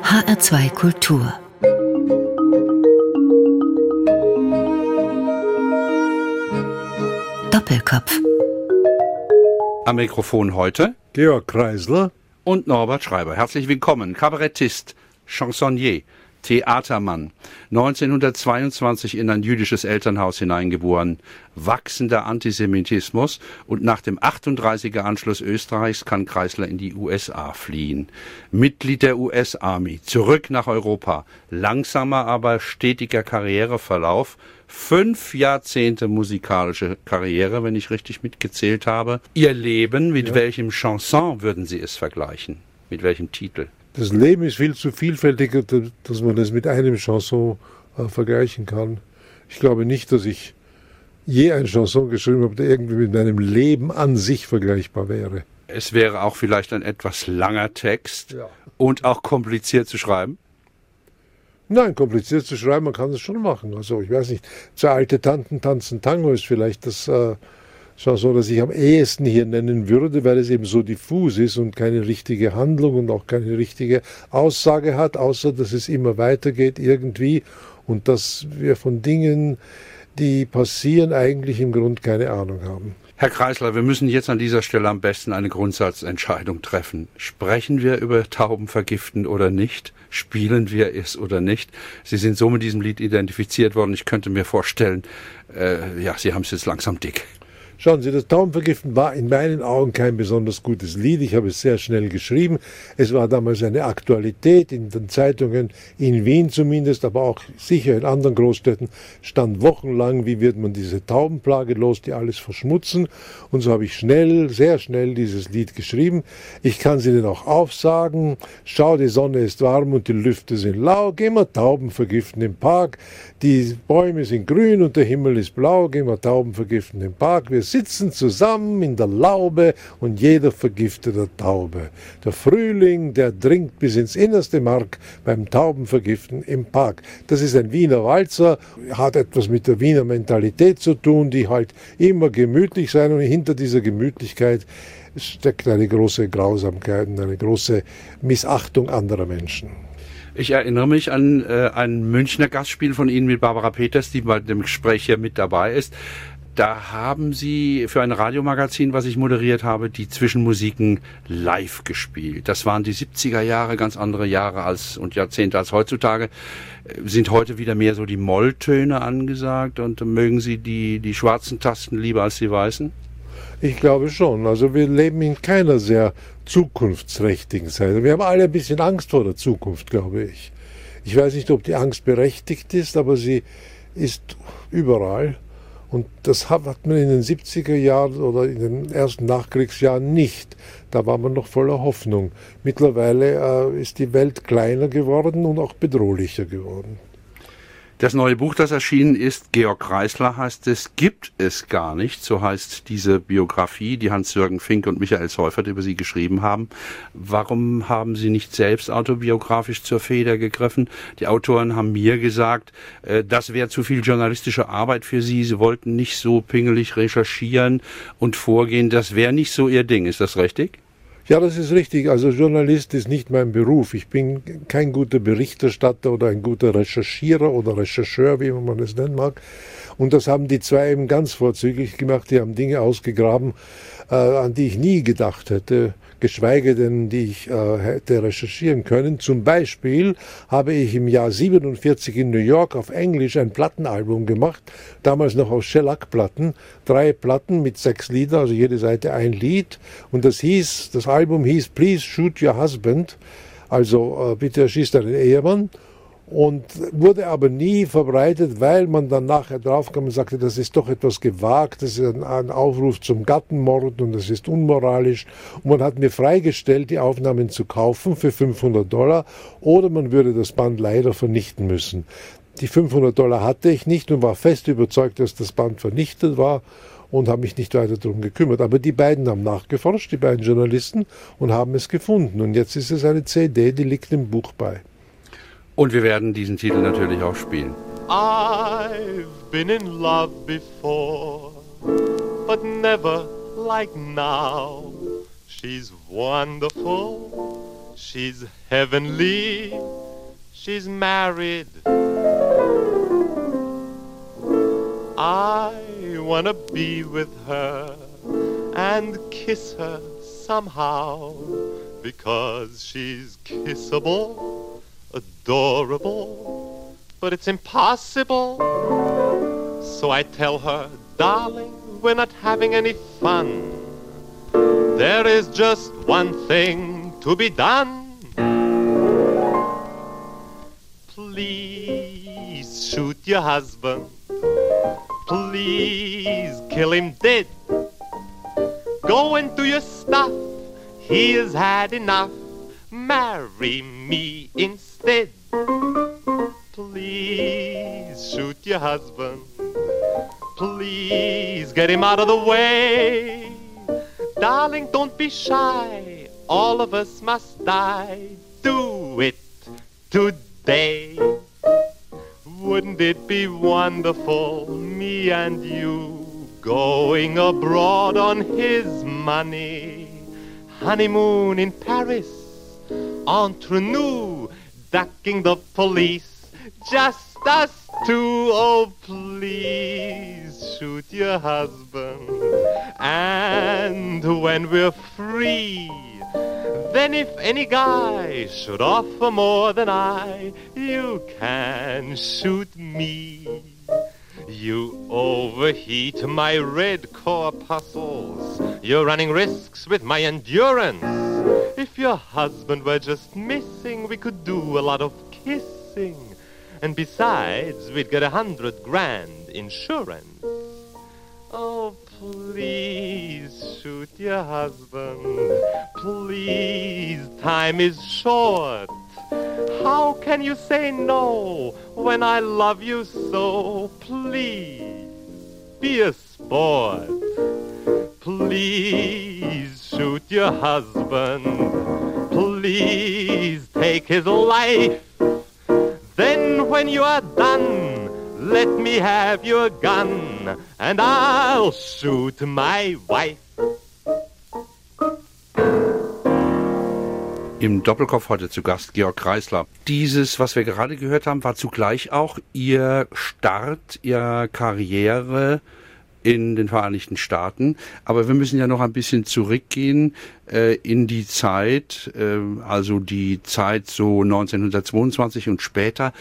HR2 Kultur. Doppelkopf. Am Mikrofon heute Georg Kreisler und Norbert Schreiber. Herzlich willkommen. Kabarettist, Chansonnier, Theatermann, 1922 in ein jüdisches Elternhaus hineingeboren, wachsender Antisemitismus und nach dem 38er Anschluss Österreichs kann Kreisler in die USA fliehen. Mitglied der US-Army, zurück nach Europa, langsamer, aber stetiger Karriereverlauf, 5 Jahrzehnte musikalische Karriere, wenn ich richtig mitgezählt habe. Ihr Leben, mit welchem Chanson würden Sie es vergleichen? Mit welchem Titel? Das Leben ist viel zu vielfältig, dass man das mit einem Chanson vergleichen kann. Ich glaube nicht, dass ich je ein Chanson geschrieben habe, der irgendwie mit meinem Leben an sich vergleichbar wäre. Es wäre auch vielleicht ein etwas langer Text und auch kompliziert zu schreiben? Nein, kompliziert zu schreiben, man kann das schon machen. Also ich weiß nicht, zwei alte Tanten tanzen Tango ist vielleicht das Chanson, das ich am ehesten hier nennen würde, weil es eben so diffus ist und keine richtige Handlung und auch keine richtige Aussage hat, außer dass es immer weitergeht irgendwie und dass wir von Dingen, die passieren, eigentlich im Grund keine Ahnung haben. Herr Kreisler, wir müssen jetzt an dieser Stelle am besten eine Grundsatzentscheidung treffen. Sprechen wir über Tauben vergiften oder nicht? Spielen wir es oder nicht? Sie sind so mit diesem Lied identifiziert worden. Ich könnte mir vorstellen, Sie haben es jetzt langsam dick. Schauen Sie, das Taubenvergiften war in meinen Augen kein besonders gutes Lied. Ich habe es sehr schnell geschrieben. Es war damals eine Aktualität in den Zeitungen, in Wien zumindest, aber auch sicher in anderen Großstädten, stand wochenlang, wie wird man diese Taubenplage los, die alles verschmutzen. Und so habe ich sehr schnell dieses Lied geschrieben. Ich kann es Ihnen auch aufsagen. Schau, die Sonne ist warm und die Lüfte sind lau. Gehen wir Tauben vergiften im Park. Die Bäume sind grün und der Himmel ist blau. Gehen wir Tauben vergiften im Park. Wir sitzen zusammen in der Laube und jeder vergiftet der Taube. Der Frühling, der dringt bis ins innerste Mark beim Taubenvergiften im Park. Das ist ein Wiener Walzer, hat etwas mit der Wiener Mentalität zu tun, die halt immer gemütlich sein, und hinter dieser Gemütlichkeit steckt eine große Grausamkeit und eine große Missachtung anderer Menschen. Ich erinnere mich an ein Münchner Gastspiel von Ihnen mit Barbara Peters, die bei dem Gespräch hier mit dabei ist. Da haben Sie für ein Radiomagazin, was ich moderiert habe, die Zwischenmusiken live gespielt. Das waren die 70er Jahre, ganz andere Jahre und Jahrzehnte als heutzutage. Sind heute wieder mehr so die Molltöne angesagt und mögen Sie die schwarzen Tasten lieber als die weißen? Ich glaube schon. Also wir leben in keiner sehr zukunftsträchtigen Zeit. Wir haben alle ein bisschen Angst vor der Zukunft, glaube ich. Ich weiß nicht, ob die Angst berechtigt ist, aber sie ist überall. Und das hat man in den 70er Jahren oder in den ersten Nachkriegsjahren nicht. Da war man noch voller Hoffnung. Mittlerweile ist die Welt kleiner geworden und auch bedrohlicher geworden. Das neue Buch, das erschienen ist, Georg Kreisler heißt es, gibt es gar nicht. So heißt diese Biografie, die Hans-Jürgen Fink und Michael Seufert über Sie geschrieben haben. Warum haben Sie nicht selbst autobiografisch zur Feder gegriffen? Die Autoren haben mir gesagt, das wäre zu viel journalistische Arbeit für Sie. Sie wollten nicht so pingelig recherchieren und vorgehen. Das wäre nicht so Ihr Ding. Ist das richtig? Ja, das ist richtig. Also Journalist ist nicht mein Beruf. Ich bin kein guter Berichterstatter oder ein guter Recherchierer oder Rechercheur, wie man es nennen mag. Und das haben die zwei eben ganz vorzüglich gemacht. Die haben Dinge ausgegraben, an die ich nie gedacht hätte, geschweige denn, die ich hätte recherchieren können. Zum Beispiel habe ich im Jahr 47 in New York auf Englisch ein Plattenalbum gemacht, damals noch auf Shellac-Platten, 3 Platten mit 6 Liedern, also jede Seite ein Lied. Und das Album hieß Please Shoot Your Husband, also bitte erschießt deinen Ehemann. Und wurde aber nie verbreitet, weil man dann nachher draufkam und sagte, das ist doch etwas gewagt, das ist ein Aufruf zum Gattenmord und das ist unmoralisch. Und man hat mir freigestellt, die Aufnahmen zu kaufen für $500 oder man würde das Band leider vernichten müssen. Die $500 hatte ich nicht und war fest überzeugt, dass das Band vernichtet war und habe mich nicht weiter darum gekümmert. Aber die beiden haben nachgeforscht, die beiden Journalisten, und haben es gefunden. Und jetzt ist es eine CD, die liegt im Buch bei. Und wir werden diesen Titel natürlich auch spielen. I've been in love before, but never like now. She's wonderful, She's heavenly, she's married. I wanna be with her and kiss her somehow, because she's kissable, adorable, but it's impossible. So I tell her, darling, we're not having any fun. There is just one thing to be done. Please shoot your husband. Please kill him dead. Go and do your stuff. He has had enough. Marry me instead. Please shoot your husband. Please get him out of the way. Darling, don't be shy. All of us must die. Do it today. Wouldn't it be wonderful, me and you, going abroad on his money? Honeymoon in Paris, entre nous, ducking the police, just us two. Oh, please shoot your husband. And when we're free, then if any guy should offer more than I, you can shoot me. You overheat my red corpuscles. You're running risks with my endurance. If your husband were just missing, we could do a lot of kissing. And besides, we'd get $100 grand insurance. Oh, please shoot your husband. Please, time is short. How can you say no when I love you so? Please, be a sport. Please shoot your husband. Please take his life. Then when you are done, let me have your gun and I'll shoot my wife. Im Doppelkopf heute zu Gast Georg Kreisler. Dieses, was wir gerade gehört haben, war zugleich auch Ihr Start, Ihre Karriere in den Vereinigten Staaten. Aber wir müssen ja noch ein bisschen zurückgehen in die Zeit, also die Zeit so 1922 und später.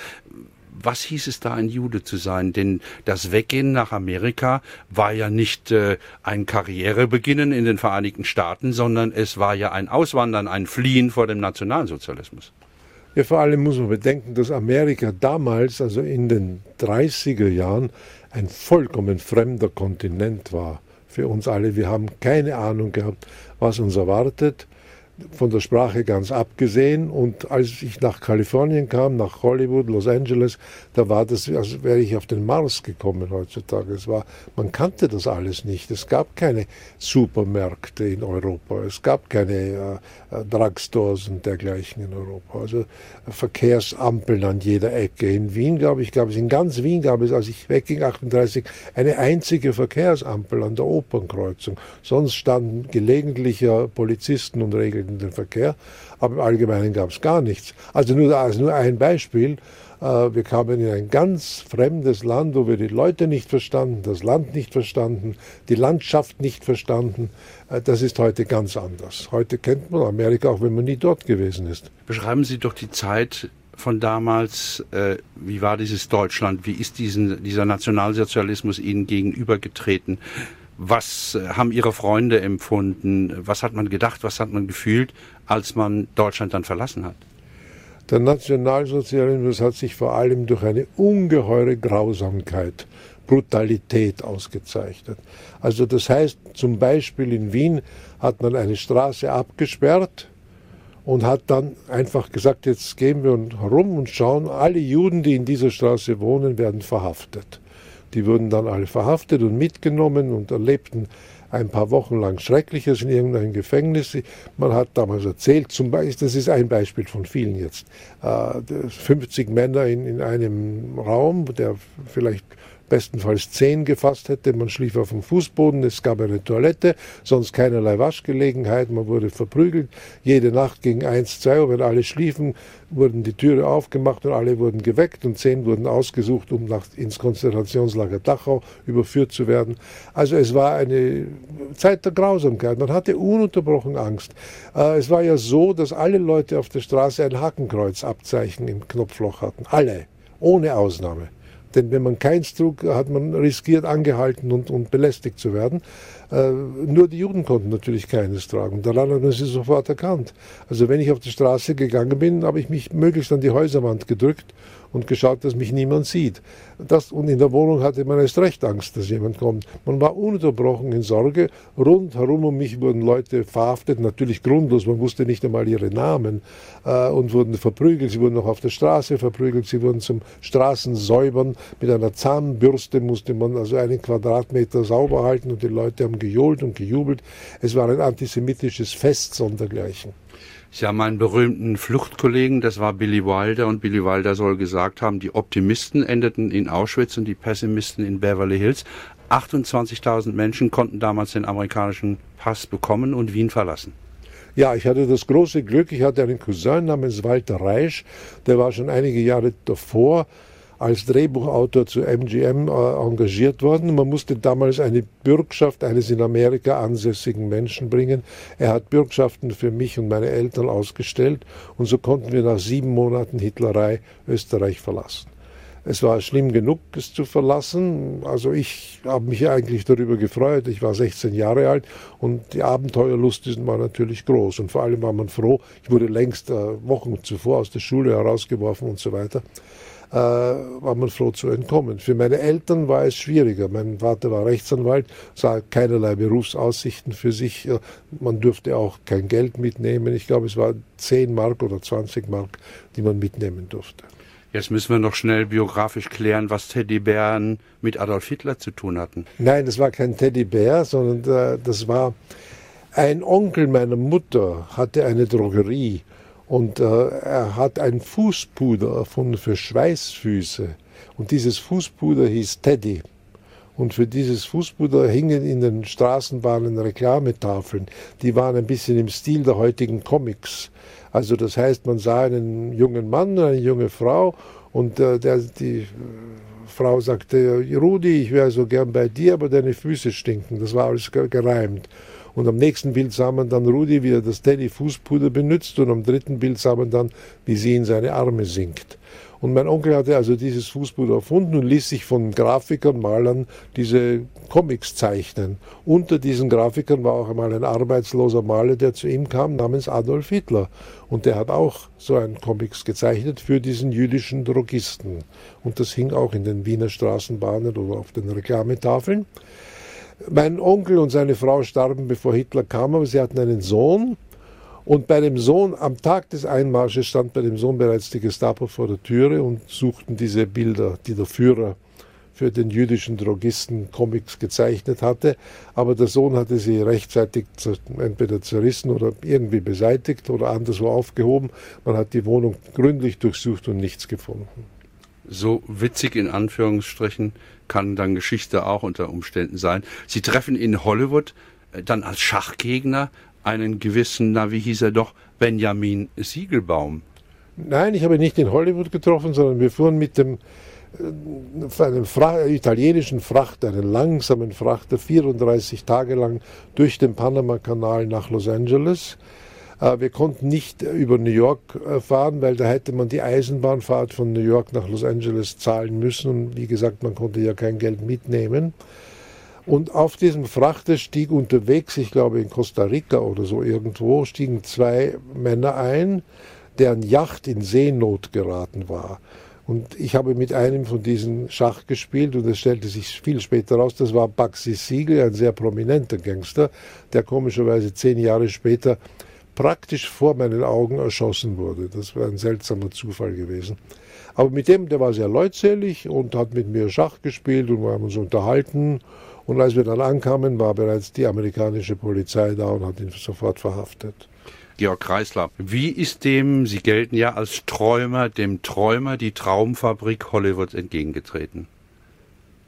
Was hieß es da, ein Jude zu sein? Denn das Weggehen nach Amerika war ja nicht ein Karrierebeginnen in den Vereinigten Staaten, sondern es war ja ein Auswandern, ein Fliehen vor dem Nationalsozialismus. Ja, vor allem muss man bedenken, dass Amerika damals, also in den 30er Jahren, ein vollkommen fremder Kontinent war für uns alle. Wir haben keine Ahnung gehabt, was uns erwartet. Von der Sprache ganz abgesehen. Und als ich nach Kalifornien kam, nach Hollywood, Los Angeles, da war das, als wäre ich auf den Mars gekommen heutzutage. Man kannte das alles nicht. Es gab keine Supermärkte in Europa. Es gab keine Drugstores und dergleichen in Europa. Also Verkehrsampeln an jeder Ecke. In Wien, in ganz Wien gab es, als ich wegging, 38, eine einzige Verkehrsampel an der Opernkreuzung. Sonst standen gelegentliche Polizisten und regelten den Verkehr, aber im Allgemeinen gab es gar nichts. Also nur ein Beispiel. Wir kamen in ein ganz fremdes Land, wo wir die Leute nicht verstanden, das Land nicht verstanden, die Landschaft nicht verstanden. Das ist heute ganz anders. Heute kennt man Amerika, auch wenn man nie dort gewesen ist. Beschreiben Sie doch die Zeit von damals. Wie war dieses Deutschland? Wie ist dieser Nationalsozialismus Ihnen gegenübergetreten? Was haben Ihre Freunde empfunden? Was hat man gedacht, was hat man gefühlt, als man Deutschland dann verlassen hat? Der Nationalsozialismus hat sich vor allem durch eine ungeheure Grausamkeit, Brutalität ausgezeichnet. Also das heißt, zum Beispiel in Wien hat man eine Straße abgesperrt und hat dann einfach gesagt, jetzt gehen wir herum und schauen, alle Juden, die in dieser Straße wohnen, werden verhaftet. Die wurden dann alle verhaftet und mitgenommen und erlebten ein paar Wochen lang Schreckliches in irgendeinem Gefängnis. Man hat damals erzählt, zum Beispiel, das ist ein Beispiel von vielen jetzt, 50 Männer in einem Raum, der vielleicht bestenfalls 10 gefasst hätte. Man schlief auf dem Fußboden, es gab eine Toilette, sonst keinerlei Waschgelegenheit, man wurde verprügelt. Jede Nacht gegen 1, 2 Uhr, wenn alle schliefen, wurden die Türe aufgemacht und alle wurden geweckt und 10 wurden ausgesucht, um ins Konzentrationslager Dachau überführt zu werden. Also es war eine Zeit der Grausamkeit. Man hatte ununterbrochen Angst. Es war ja so, dass alle Leute auf der Straße ein Hakenkreuzabzeichen im Knopfloch hatten. Alle, ohne Ausnahme. Denn wenn man keins trug, hat man riskiert, angehalten und belästigt zu werden. Nur die Juden konnten natürlich keines tragen. Daran hat man sie sofort erkannt. Also wenn ich auf die Straße gegangen bin, habe ich mich möglichst an die Häuserwand gedrückt und geschaut, dass mich niemand sieht. Und in der Wohnung hatte man erst recht Angst, dass jemand kommt. Man war ununterbrochen in Sorge. Rundherum um mich wurden Leute verhaftet, natürlich grundlos, man wusste nicht einmal ihre Namen, und wurden verprügelt. Sie wurden auch auf der Straße verprügelt, sie wurden zum Straßensäubern. Mit einer Zahnbürste musste man also einen Quadratmeter sauber halten und die Leute haben gejohlt und gejubelt. Es war ein antisemitisches Fest sondergleichen. Sie haben einen berühmten Fluchtkollegen, das war Billy Wilder, und Billy Wilder soll gesagt haben, die Optimisten endeten in Auschwitz und die Pessimisten in Beverly Hills. 28.000 Menschen konnten damals den amerikanischen Pass bekommen und Wien verlassen. Ja, ich hatte das große Glück, ich hatte einen Cousin namens Walter Reisch, der war schon einige Jahre davor als Drehbuchautor zu MGM engagiert worden. Man musste damals eine Bürgschaft eines in Amerika ansässigen Menschen bringen. Er hat Bürgschaften für mich und meine Eltern ausgestellt und so konnten wir nach 7 Monaten Hitlerei Österreich verlassen. Es war schlimm genug, es zu verlassen. Also ich habe mich eigentlich darüber gefreut. Ich war 16 Jahre alt und die Abenteuerlust war natürlich groß. Und vor allem war man froh, ich wurde längst Wochen zuvor aus der Schule herausgeworfen und so weiter. War man froh zu entkommen. Für meine Eltern war es schwieriger. Mein Vater war Rechtsanwalt, sah keinerlei Berufsaussichten für sich. Man durfte auch kein Geld mitnehmen. Ich glaube, es war 10 Mark oder 20 Mark, die man mitnehmen durfte. Jetzt müssen wir noch schnell biografisch klären, was Teddybären mit Adolf Hitler zu tun hatten. Nein, das war kein Teddybär, sondern das war ein Onkel meiner Mutter, hatte eine Drogerie. Und er hat ein Fußpuder erfunden für Schweißfüße. Und dieses Fußpuder hieß Teddy. Und für dieses Fußpuder hingen in den Straßenbahnen Reklametafeln. Die waren ein bisschen im Stil der heutigen Comics. Also das heißt, man sah einen jungen Mann und eine junge Frau. Und die Frau sagte, Rudi, ich wäre so gern bei dir, aber deine Füße stinken. Das war alles gereimt. Und am nächsten Bild sah man dann Rudi, wie er das Teddy-Fußpuder benutzt. Und am dritten Bild sah man dann, wie sie in seine Arme sinkt. Und mein Onkel hatte also dieses Fußpuder erfunden und ließ sich von Grafikern, Malern diese Comics zeichnen. Unter diesen Grafikern war auch einmal ein arbeitsloser Maler, der zu ihm kam, namens Adolf Hitler. Und der hat auch so einen Comics gezeichnet für diesen jüdischen Drogisten. Und das hing auch in den Wiener Straßenbahnen oder auf den Reklametafeln. Mein Onkel und seine Frau starben, bevor Hitler kam, aber sie hatten einen Sohn. Und bei dem Sohn, am Tag des Einmarsches, stand bei dem Sohn bereits die Gestapo vor der Türe und suchten diese Bilder, die der Führer für den jüdischen Drogisten Comics gezeichnet hatte. Aber der Sohn hatte sie rechtzeitig entweder zerrissen oder irgendwie beseitigt oder anderswo aufgehoben. Man hat die Wohnung gründlich durchsucht und nichts gefunden. So witzig in Anführungsstrichen kann dann Geschichte auch unter Umständen sein. Sie treffen in Hollywood dann als Schachgegner einen gewissen, wie hieß er doch, Benjamin Siegelbaum. Nein, ich habe ihn nicht in Hollywood getroffen, sondern wir fuhren mit einem italienischen Frachter, einen langsamen Frachter, 34 Tage lang durch den Panama-Kanal nach Los Angeles. Wir konnten nicht über New York fahren, weil da hätte man die Eisenbahnfahrt von New York nach Los Angeles zahlen müssen. Und wie gesagt, man konnte ja kein Geld mitnehmen. Und auf diesem Frachter stieg unterwegs, ich glaube in Costa Rica oder so irgendwo, stiegen 2 Männer ein, deren Yacht in Seenot geraten war. Und ich habe mit einem von diesen Schach gespielt und es stellte sich viel später raus, das war Bugsy Siegel, ein sehr prominenter Gangster, der komischerweise 10 Jahre später praktisch vor meinen Augen erschossen wurde. Das war ein seltsamer Zufall gewesen. Aber mit dem, der war sehr leutselig und hat mit mir Schach gespielt und wir haben uns unterhalten. Und als wir dann ankamen, war bereits die amerikanische Polizei da und hat ihn sofort verhaftet. Georg Kreisler, wie ist dem, Sie gelten ja als Träumer, dem Träumer die Traumfabrik Hollywood entgegengetreten?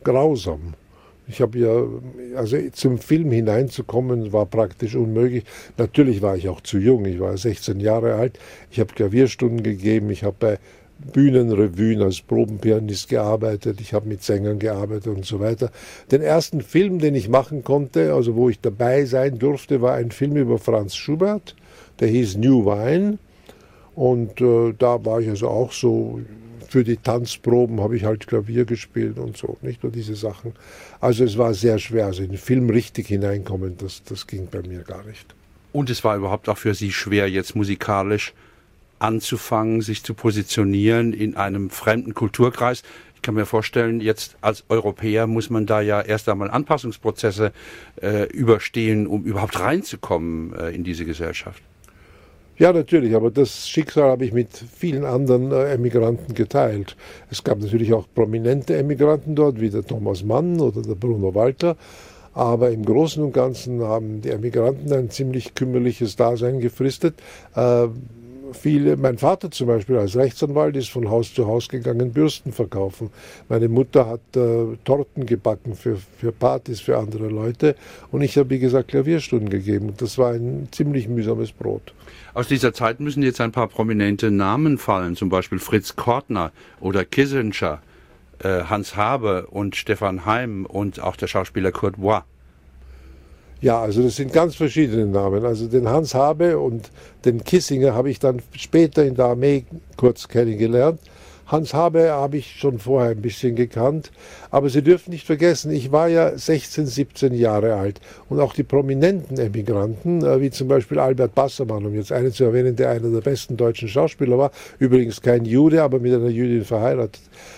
grausam. Ich habe ja, also zum Film hineinzukommen, war praktisch unmöglich. Natürlich war ich auch zu jung, ich war 16 Jahre alt. Ich habe Klavierstunden gegeben, ich habe bei Bühnenrevuen als Probenpianist gearbeitet, ich habe mit Sängern gearbeitet und so weiter. Den ersten Film, den ich machen konnte, also wo ich dabei sein durfte, war ein Film über Franz Schubert, der hieß New Wine. Und da war ich also auch so, für die Tanzproben habe ich halt Klavier gespielt und so, nicht nur diese Sachen. Also es war sehr schwer, also in den Film richtig hineinkommen, das ging bei mir gar nicht. Und es war überhaupt auch für Sie schwer, jetzt musikalisch anzufangen, sich zu positionieren in einem fremden Kulturkreis. Ich kann mir vorstellen, jetzt als Europäer muss man da ja erst einmal Anpassungsprozesse überstehen, um überhaupt reinzukommen in diese Gesellschaft. Ja, natürlich, aber das Schicksal habe ich mit vielen anderen Emigranten geteilt. Es gab natürlich auch prominente Emigranten dort, wie der Thomas Mann oder der Bruno Walter. Aber im Großen und Ganzen haben die Emigranten ein ziemlich kümmerliches Dasein gefristet. Mein Vater zum Beispiel als Rechtsanwalt ist von Haus zu Haus gegangen, Bürsten verkaufen. Meine Mutter hat Torten gebacken für Partys, für andere Leute. Und ich habe, wie gesagt, Klavierstunden gegeben. Und das war ein ziemlich mühsames Brot. Aus dieser Zeit müssen jetzt ein paar prominente Namen fallen, zum Beispiel Fritz Kortner oder Kissinger, Hans Habe und Stefan Heym und auch der Schauspieler Kurt Bois. Ja, also das sind ganz verschiedene Namen. Also den Hans Habe und den Kissinger habe ich dann später in der Armee kurz kennengelernt. Hans Habe habe ich schon vorher ein bisschen gekannt. Aber Sie dürfen nicht vergessen, ich war ja 16, 17 Jahre alt. Und auch die prominenten Emigranten, wie zum Beispiel Albert Bassermann, um jetzt einen zu erwähnen, der einer der besten deutschen Schauspieler war, übrigens kein Jude, aber mit einer Jüdin verheiratet,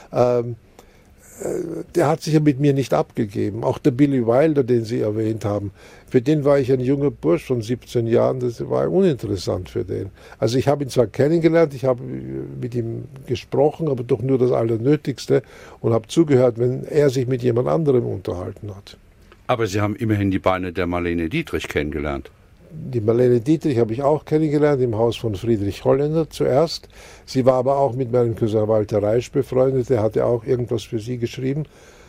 der hat sich ja mit mir nicht abgegeben. Auch der Billy Wilder, den Sie erwähnt haben, für den war ich ein junger Bursch von 17 Jahren, das war uninteressant für den. Also ich habe ihn zwar kennengelernt, ich habe mit ihm gesprochen, aber doch nur das Allernötigste und habe zugehört, wenn er sich mit jemand anderem unterhalten hat. Aber Sie haben immerhin die Beine der Marlene Dietrich kennengelernt. Die Marlene Dietrich habe ich auch kennengelernt im Haus von Friedrich Holländer zuerst. Sie war aber auch mit meinem Cousin Walter Reisch befreundet, der hatte auch irgendwas für sie geschrieben.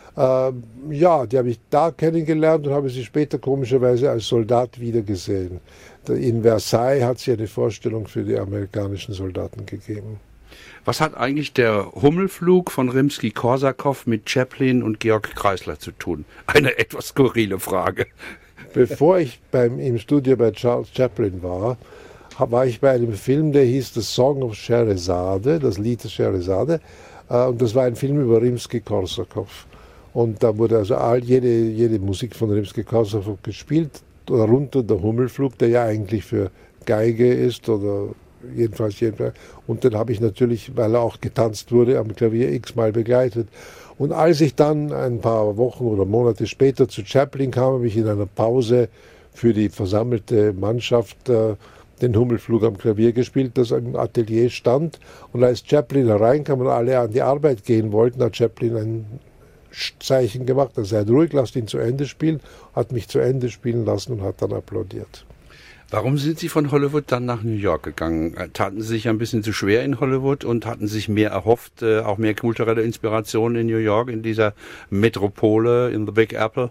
Ja, die habe ich da kennengelernt und habe sie später komischerweise als Soldat wiedergesehen. In Versailles hat sie eine Vorstellung für die amerikanischen Soldaten gegeben. Was hat eigentlich der Hummelflug von Rimski-Korsakow mit Chaplin und Georg Kreisler zu tun? Eine etwas skurrile Frage. Bevor ich im Studio bei Charles Chaplin war ich bei einem Film, der hieß The Song of Scheherazade, das Lied der Scheherazade. Und das war ein Film über Rimski-Korsakow. Und da wurde also jede Musik von Rimski-Korsakow gespielt, darunter der Hummelflug, der ja eigentlich für Geige ist oder jedenfalls. Und den habe ich natürlich, weil er auch getanzt wurde, am Klavier x-mal begleitet. Und als ich dann ein paar Wochen oder Monate später zu Chaplin kam, habe ich in einer Pause für die versammelte Mannschaft den Hummelflug am Klavier gespielt, das im Atelier stand. Und als Chaplin hereinkam und alle an die Arbeit gehen wollten, hat Chaplin ein Zeichen gemacht, er sei ruhig, lasst ihn zu Ende spielen, hat mich zu Ende spielen lassen und hat dann applaudiert. Warum sind Sie von Hollywood dann nach New York gegangen? Taten Sie sich ein bisschen zu schwer in Hollywood und hatten sich mehr erhofft, auch mehr kulturelle Inspiration in New York, in dieser Metropole, in the Big Apple?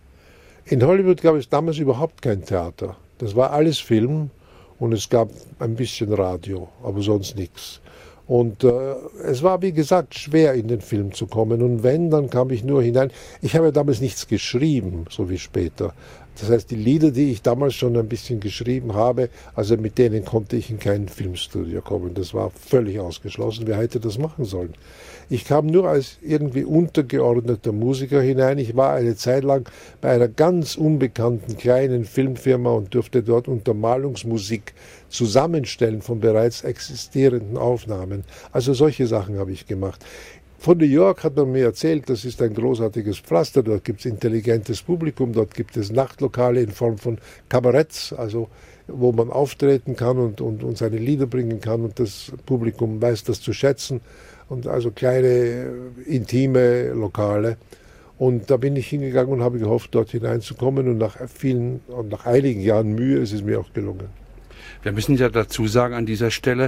In Hollywood gab es damals überhaupt kein Theater. Das war alles Film und es gab ein bisschen Radio, aber sonst nichts. Und es war, wie gesagt, schwer in den Film zu kommen. Und wenn, dann kam ich nur hinein. Ich habe damals nichts geschrieben, so wie später. Das heißt, die Lieder, die ich damals schon ein bisschen geschrieben habe, also mit denen konnte ich in kein Filmstudio kommen. Das war völlig ausgeschlossen. Wer hätte das machen sollen? Ich kam nur als irgendwie untergeordneter Musiker hinein. Ich war eine Zeit lang bei einer ganz unbekannten kleinen Filmfirma und durfte dort Untermalungsmusik zusammenstellen von bereits existierenden Aufnahmen. Also solche Sachen habe ich gemacht. Von New York hat man mir erzählt, das ist ein großartiges Pflaster, dort gibt es intelligentes Publikum, dort gibt es Nachtlokale in Form von Kabaretts, also wo man auftreten kann und seine Lieder bringen kann und das Publikum weiß das zu schätzen. Und also kleine, intime Lokale. Und da bin ich hingegangen und habe gehofft, dort hineinzukommen. Und nach einigen Jahren Mühe ist es mir auch gelungen. Wir müssen ja dazu sagen an dieser Stelle,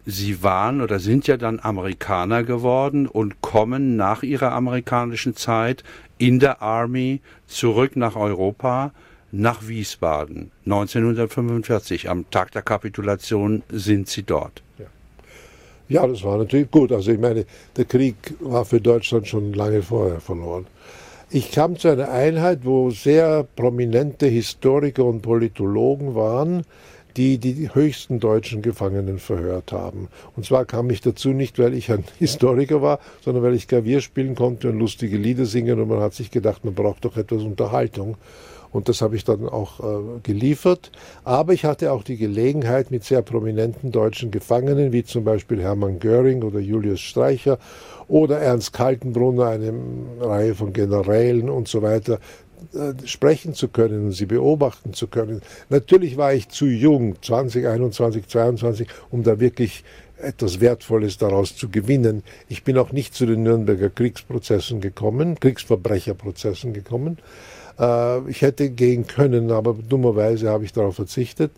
Sie waren oder sind ja dann Amerikaner geworden und kommen nach Ihrer amerikanischen Zeit in der Army zurück nach Europa, nach Wiesbaden. 1945, am Tag der Kapitulation, sind Sie dort. Ja, das war natürlich gut. Also ich meine, der Krieg war für Deutschland schon lange vorher verloren. Ich kam zu einer Einheit, wo sehr prominente Historiker und Politologen waren, die die höchsten deutschen Gefangenen verhört haben. Und zwar kam ich dazu nicht, weil ich ein Historiker war, sondern weil ich Klavier spielen konnte und lustige Lieder singen. Und man hat sich gedacht, man braucht doch etwas Unterhaltung. Und das habe ich dann auch geliefert. Aber ich hatte auch die Gelegenheit, mit sehr prominenten deutschen Gefangenen, wie zum Beispiel Hermann Göring oder Julius Streicher oder Ernst Kaltenbrunner, eine Reihe von Generälen und so weiter, sprechen zu können und sie beobachten zu können. Natürlich war ich zu jung, 20, 21, 22, um da wirklich etwas Wertvolles daraus zu gewinnen. Ich bin auch nicht zu den Nürnberger Kriegsverbrecherprozessen gekommen. Ich hätte gehen können, aber dummerweise habe ich darauf verzichtet.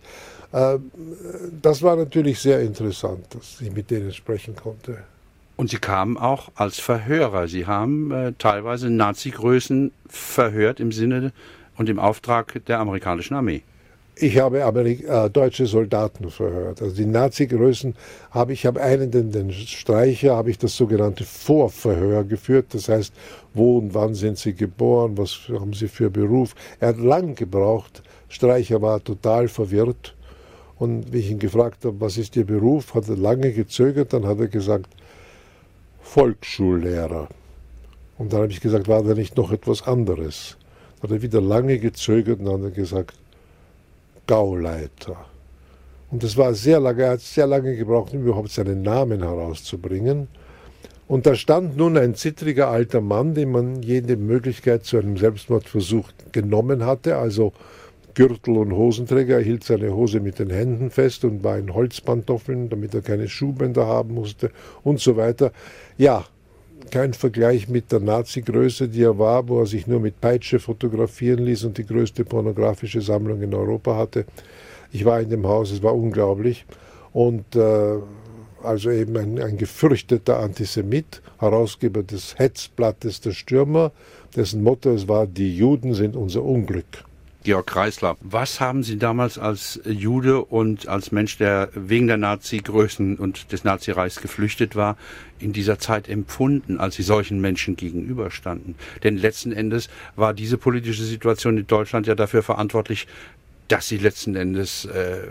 Das war natürlich sehr interessant, dass ich mit denen sprechen konnte. Und Sie kamen auch als Verhörer. Sie haben teilweise Nazi-Größen verhört im Sinne und im Auftrag der amerikanischen Armee. Ich habe deutsche Soldaten verhört. Also die Nazi-Größen ich habe einen, den Streicher, habe ich das sogenannte Vorverhör geführt. Das heißt, wo und wann sind Sie geboren, was haben Sie für Beruf. Er hat lang gebraucht. Streicher war total verwirrt. Und wie ich ihn gefragt habe, was ist Ihr Beruf, hat er lange gezögert. Dann hat er gesagt, Volksschullehrer. Und dann habe ich gesagt, war da nicht noch etwas anderes? Dann hat er wieder lange gezögert und dann hat er gesagt, Gauleiter. Und das war sehr lange, er hat sehr lange gebraucht, um überhaupt seinen Namen herauszubringen. Und da stand nun ein zittriger alter Mann, dem man jede Möglichkeit zu einem Selbstmordversuch genommen hatte, also Gürtel und Hosenträger. Er hielt seine Hose mit den Händen fest und war in Holzpantoffeln, damit er keine Schuhbänder haben musste und so weiter. Ja, kein Vergleich mit der Nazi-Größe, die er war, wo er sich nur mit Peitsche fotografieren ließ und die größte pornografische Sammlung in Europa hatte. Ich war in dem Haus, es war unglaublich. Und also eben ein gefürchteter Antisemit, Herausgeber des Hetzblattes der Stürmer, dessen Motto es war, die Juden sind unser Unglück. Georg Kreisler, was haben Sie damals als Jude und als Mensch, der wegen der Nazi-Größen und des Nazireichs geflüchtet war, in dieser Zeit empfunden, als Sie solchen Menschen gegenüberstanden? Denn letzten Endes war diese politische Situation in Deutschland ja dafür verantwortlich, dass Sie letzten Endes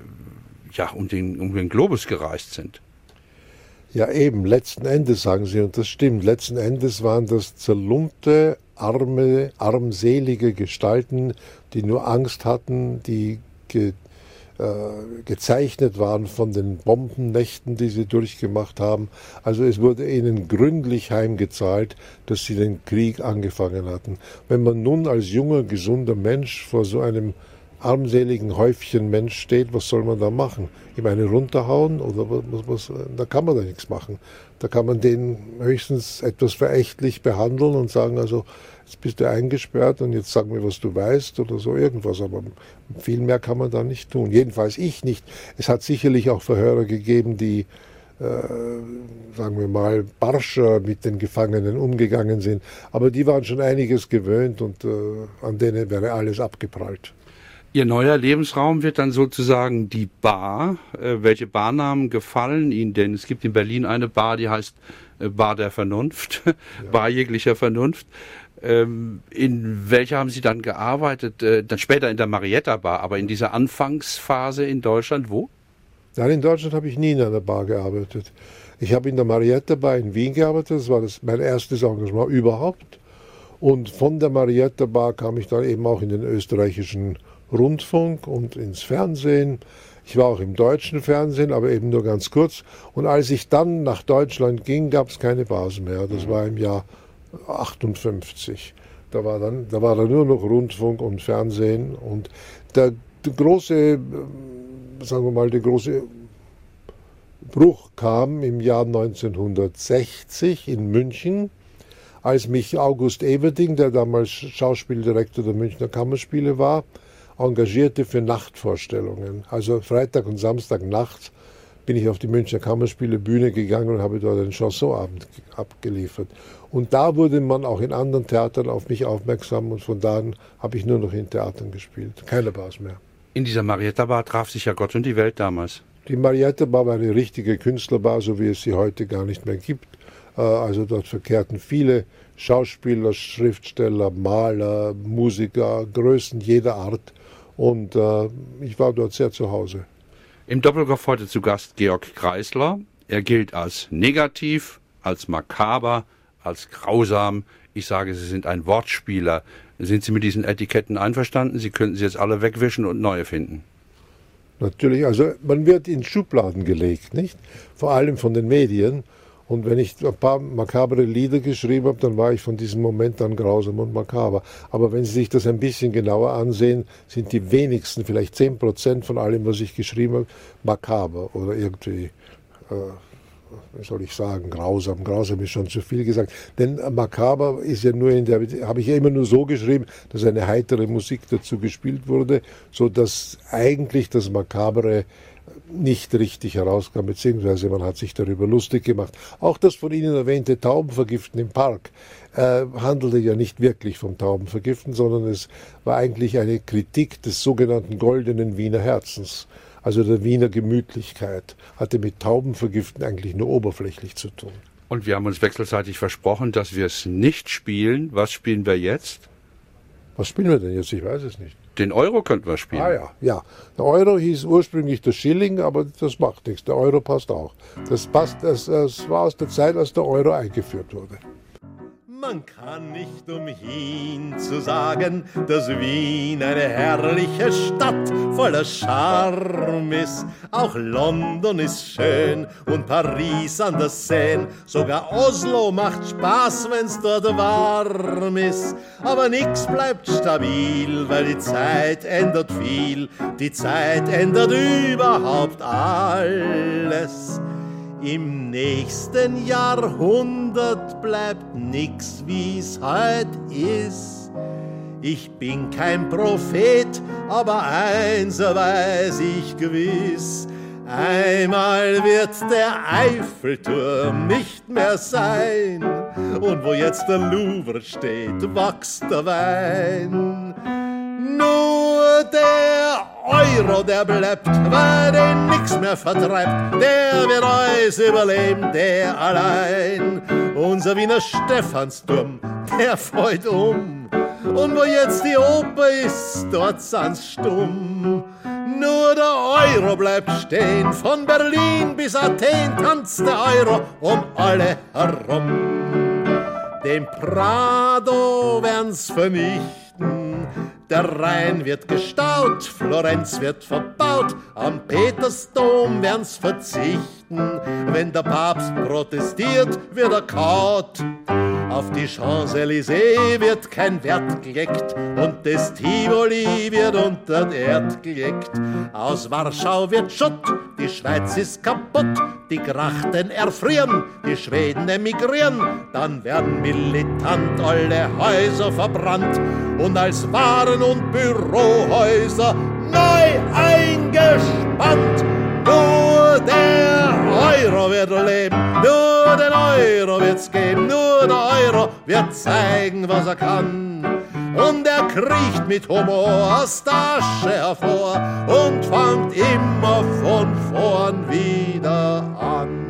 um den Globus gereist sind. Ja eben, letzten Endes sagen Sie, und das stimmt, letzten Endes waren das zerlumpte, armselige Gestalten, die nur Angst hatten, die gezeichnet waren von den Bombennächten, die sie durchgemacht haben. Also es wurde ihnen gründlich heimgezahlt, dass sie den Krieg angefangen hatten. Wenn man nun als junger, gesunder Mensch vor so einem armseligen Häufchen Mensch steht, was soll man da machen? Ihm eine runterhauen oder was? Da kann man da nichts machen. Da kann man den höchstens etwas verächtlich behandeln und sagen, also jetzt bist du eingesperrt und jetzt sag mir, was du weißt oder so irgendwas. Aber viel mehr kann man da nicht tun. Jedenfalls ich nicht. Es hat sicherlich auch Verhörer gegeben, die sagen wir mal, barscher mit den Gefangenen umgegangen sind. Aber die waren schon einiges gewöhnt und an denen wäre alles abgeprallt. Ihr neuer Lebensraum wird dann sozusagen die Bar. Welche Barnamen gefallen Ihnen denn? Es gibt in Berlin eine Bar, die heißt Bar der Vernunft, ja. Bar jeglicher Vernunft. In welcher haben Sie dann gearbeitet? Dann später in der Marietta Bar, aber in dieser Anfangsphase in Deutschland wo? Nein, in Deutschland habe ich nie in einer Bar gearbeitet. Ich habe in der Marietta Bar in Wien gearbeitet, das war mein erstes Engagement überhaupt. Und von der Marietta Bar kam ich dann eben auch in den österreichischen Rundfunk und ins Fernsehen. Ich war auch im deutschen Fernsehen, aber eben nur ganz kurz. Und als ich dann nach Deutschland ging, gab es keine Bars mehr. Das war im Jahr 58. Da war dann nur noch Rundfunk und Fernsehen. Und der große Bruch kam im Jahr 1960 in München, als mich August Everding, der damals Schauspieldirektor der Münchner Kammerspiele war, engagierte für Nachtvorstellungen. Also Freitag und Samstag nachts bin ich auf die Münchner Kammerspielebühne gegangen und habe dort einen Chansonabend abgeliefert. Und da wurde man auch in anderen Theatern auf mich aufmerksam und von da an habe ich nur noch in Theatern gespielt. Keine Bars mehr. In dieser Marietta Bar traf sich ja Gott und die Welt damals. Die Marietta Bar war eine richtige Künstlerbar, so wie es sie heute gar nicht mehr gibt. Also dort verkehrten viele Schauspieler, Schriftsteller, Maler, Musiker, Größen jeder Art. Und ich war dort sehr zu Hause. Im Doppelkopf heute zu Gast Georg Kreisler. Er gilt als negativ, als makaber, als grausam. Ich sage, Sie sind ein Wortspieler. Sind Sie mit diesen Etiketten einverstanden? Sie könnten sie jetzt alle wegwischen und neue finden. Natürlich, also man wird in Schubladen gelegt, nicht? Vor allem von den Medien. Und wenn ich ein paar makabere Lieder geschrieben habe, dann war ich von diesem Moment an grausam und makaber. Aber wenn Sie sich das ein bisschen genauer ansehen, sind die wenigsten, vielleicht 10% von allem, was ich geschrieben habe, makaber oder irgendwie, wie soll ich sagen, grausam. Grausam ist schon zu viel gesagt. Denn makaber ist ja nur habe ich ja immer nur so geschrieben, dass eine heitere Musik dazu gespielt wurde, so dass eigentlich das Makabere nicht richtig herauskam, beziehungsweise man hat sich darüber lustig gemacht. Auch das von Ihnen erwähnte Taubenvergiften im Park handelte ja nicht wirklich vom Taubenvergiften, sondern es war eigentlich eine Kritik des sogenannten goldenen Wiener Herzens, also der Wiener Gemütlichkeit, hatte mit Taubenvergiften eigentlich nur oberflächlich zu tun. Und wir haben uns wechselseitig versprochen, dass wir es nicht spielen. Was spielen wir jetzt? Was spielen wir denn jetzt? Ich weiß es nicht. Den Euro könnten wir spielen. Ja. Der Euro hieß ursprünglich der Schilling, aber das macht nichts. Der Euro passt auch. Das war aus der Zeit, als der Euro eingeführt wurde. Man kann nicht umhin zu sagen, dass Wien eine herrliche Stadt voller Charme ist. Auch London ist schön und Paris an der Seine. Sogar Oslo macht Spaß, wenn's dort warm ist. Aber nix bleibt stabil, weil die Zeit ändert viel. Die Zeit ändert überhaupt alles. Im nächsten Jahrhundert bleibt nix, wie's heut ist. Ich bin kein Prophet, aber eins weiß ich gewiss. Einmal wird der Eiffelturm nicht mehr sein. Und wo jetzt der Louvre steht, wächst der Wein. Nur der Euro, der bleibt, weil den nix mehr vertreibt. Der wird uns überleben, der allein. Unser Wiener Stephansturm, der fällt um. Und wo jetzt die Oper ist, dort sind's stumm. Nur der Euro bleibt stehen, von Berlin bis Athen tanzt der Euro um alle herum. Den Prado werden's vernichten, der Rhein wird gestaut, Florenz wird verbaut, am Petersdom werden's verzichten. Wenn der Papst protestiert, wird er kaut. Auf die Champs-Élysées wird kein Wert gelegt und das Tivoli wird unter die Erd gelegt. Aus Warschau wird Schutt, die Schweiz ist kaputt, die Grachten erfrieren, die Schweden emigrieren, dann werden militant alle Häuser verbrannt und als Waren- und Bürohäuser neu eingespannt. Nur der Euro wird leben, nur den Euro wird's geben, nur der Euro wird zeigen, was er kann. Und er kriecht mit Humor aus der Asche hervor und fängt immer von vorn wieder an.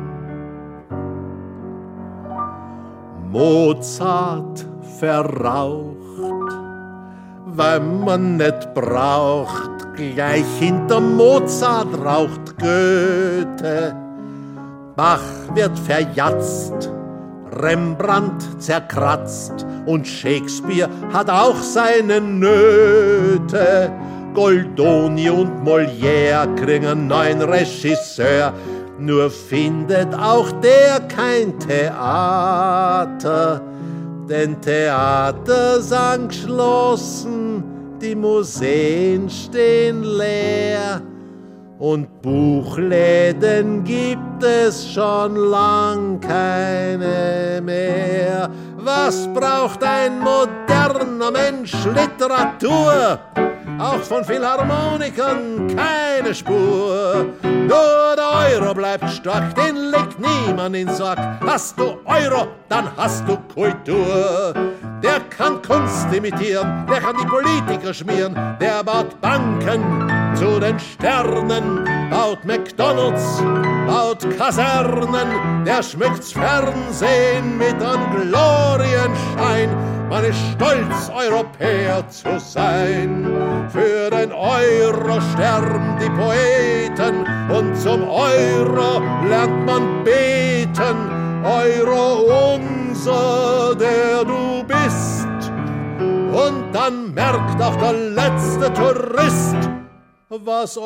Mozart verraucht, weil man nicht braucht. Gleich hinter Mozart raucht Goethe. Bach wird verjatzt, Rembrandt zerkratzt und Shakespeare hat auch seine Nöte. Goldoni und Molière kriegen einen neuen Regisseur, nur findet auch der kein Theater. Denn Theater sind geschlossen, die Museen stehen leer und Buchläden gibt es schon lang keine mehr. Was braucht ein moderner Mensch? Literatur. auch von Philharmonikern keine Spur. Nur der Euro bleibt stark, den legt niemand in Sack. Hast du Euro, dann hast du Kultur. Der kann Kunst imitieren, der kann die Politiker schmieren, der baut Banken zu den Sternen, baut McDonalds, baut Kasernen, der schmückt's Fernsehen mit einem Glorienschein. Man ist stolz, Europäer zu sein. Für den Euro sterben die Poeten und zum Euro lernt man beten. Euro unser, der du bist. Und dann merkt auch der letzte Tourist, was